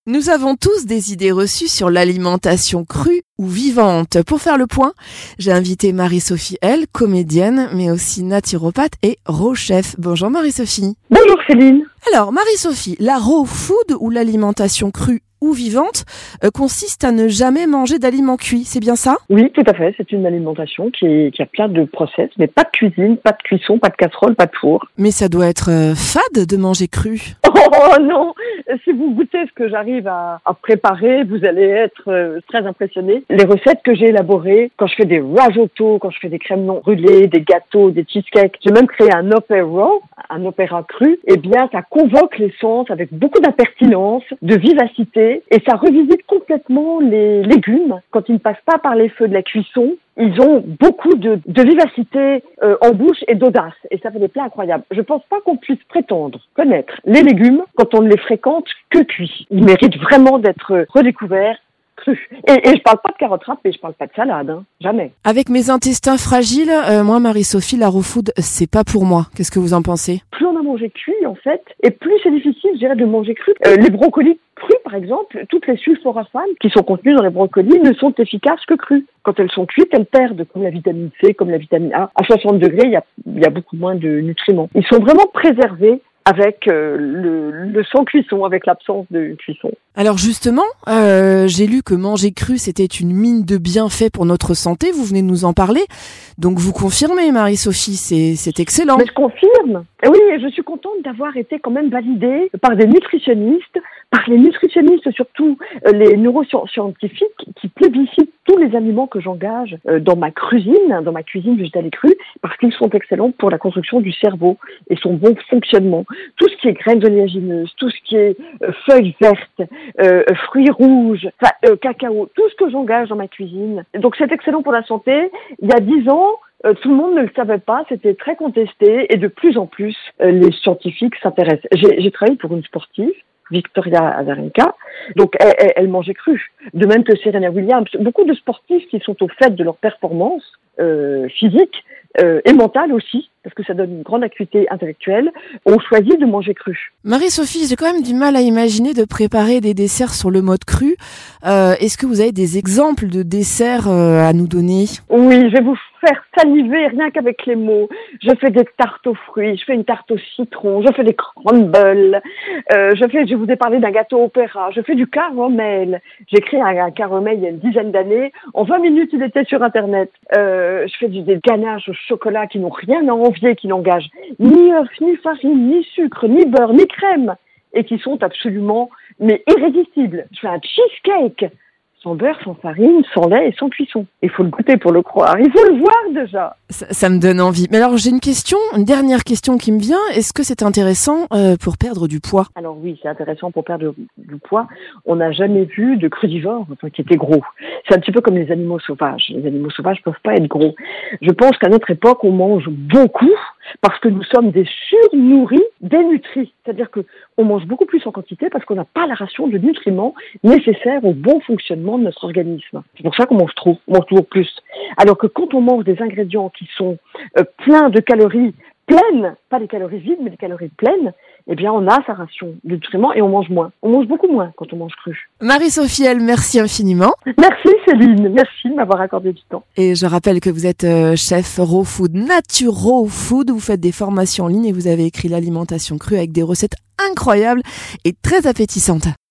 Nous avons tous des idées reçues sur l'alimentation crue ou vivante. Pour faire le point, j'ai invité Marie-Sophie, elle, comédienne, mais aussi naturopathe et raw chef. Bonjour Marie-Sophie. Bonjour Céline. Alors Marie-Sophie, la raw food ou l'alimentation crue ou vivante consiste à ne jamais manger d'aliments cuits, c'est bien ça? Oui, tout à fait. C'est une alimentation qui a plein de process, mais pas de cuisine, pas de cuisson, pas de casserole, pas de four. Mais ça doit être fade de manger cru. Oh non! Si vous goûtez ce que j'arrive à préparer, vous allez être très impressionné. Les recettes que j'ai élaborées, quand je fais des risottos, quand je fais des crèmes non brûlées, des gâteaux, des cheesecakes, j'ai même créé un opéra cru, eh bien, ça convoque les sens avec beaucoup d'impertinence, de vivacité, et ça revisite complètement les légumes. Quand ils ne passent pas par les feux de la cuisson, ils ont beaucoup de vivacité en bouche et d'audace. Et ça fait des plats incroyables. Je pense pas qu'on puisse prétendre connaître les légumes quand on ne les fréquente que cuits. Ils méritent vraiment d'être redécouverts crus. Et je parle pas de carottes râpées, je parle pas de salade, hein. Jamais. Avec mes intestins fragiles, moi Marie-Sophie, la raw food, c'est pas pour moi. Qu'est-ce que vous en pensez? Plus on a mangé cuit, en fait, et plus c'est difficile, je dirais, de manger cru. Les brocolis crus, par exemple, toutes les sulforaphanes qui sont contenues dans les brocolis ne sont efficaces que crues. Quand elles sont cuites, elles perdent, comme la vitamine C, comme la vitamine A. À 60 degrés, il y a beaucoup moins de nutriments. Ils sont vraiment préservés avec le sans cuisson, avec l'absence de cuisson. Alors justement, j'ai lu que manger cru, c'était une mine de bienfaits pour notre santé. Vous venez de nous en parler. Donc vous confirmez, Marie-Sophie, c'est excellent. Mais je confirme. Et oui, je suis contente d'avoir été quand même validée par des nutritionnistes, par les nutritionnistes surtout, les neuroscientifiques qui plébiscitent tous les aliments que j'engage dans ma cuisine végétale et crue, parce qu'ils sont excellents pour la construction du cerveau et son bon fonctionnement. Tout ce qui est graines oléagineuses, tout ce qui est feuilles vertes, fruits rouges, cacao, tout ce que j'engage dans ma cuisine. Donc c'est excellent pour la santé. Il y a 10 ans, tout le monde ne le savait pas, c'était très contesté et de plus en plus, les scientifiques s'intéressent. J'ai travaillé pour une sportive, Victoria Azarenka, donc elle mangeait cru. De même que Serena Williams, beaucoup de sportifs qui sont au fait de leur performance physique et mentale aussi, parce que ça donne une grande acuité intellectuelle, ont choisi de manger cru. Marie-Sophie, j'ai quand même du mal à imaginer de préparer des desserts sur le mode cru. Est-ce que vous avez des exemples de desserts à nous donner? Oui, je vais vous faire saliver rien qu'avec les mots. Je fais des tartes aux fruits, je fais une tarte au citron, je fais des crumbles, je vous ai parlé d'un gâteau opéra, je fais du caramel. J'ai créé un caramel il y a une dizaine d'années. En 20 minutes, il était sur Internet. Je fais des ganaches au chocolat qui n'ont rien à envier, qui n'engagent ni œufs, ni farine, ni sucre, ni beurre, ni crème, et qui sont absolument, mais irrésistibles. Je fais un cheesecake sans beurre, sans farine, sans lait et sans cuisson. Il faut le goûter pour le croire. Il faut le voir déjà. Ça me donne envie. Mais alors j'ai une dernière question qui me vient. Est-ce que c'est intéressant pour perdre du poids? Alors oui, c'est intéressant pour perdre du poids. On n'a jamais vu de crudivores qui étaient gros. C'est un petit peu comme les animaux sauvages. Les animaux sauvages peuvent pas être gros. Je pense qu'à notre époque, on mange beaucoup parce que nous sommes des surnourris, dénutris. C'est-à-dire que on mange beaucoup plus en quantité parce qu'on n'a pas la ration de nutriments nécessaires au bon fonctionnement de notre organisme. C'est pour ça qu'on mange trop, on mange toujours plus. Alors que quand on mange des ingrédients qui sont pleins de calories pleines, pas des calories vides, mais des calories pleines, eh bien on a sa ration de nutriments et on mange moins. On mange beaucoup moins quand on mange cru. Marie-Sophie, merci infiniment. Merci Céline, merci de m'avoir accordé du temps. Et je rappelle que vous êtes chef raw food, nature raw food. Vous faites des formations en ligne et vous avez écrit l'alimentation crue avec des recettes incroyables et très appétissantes.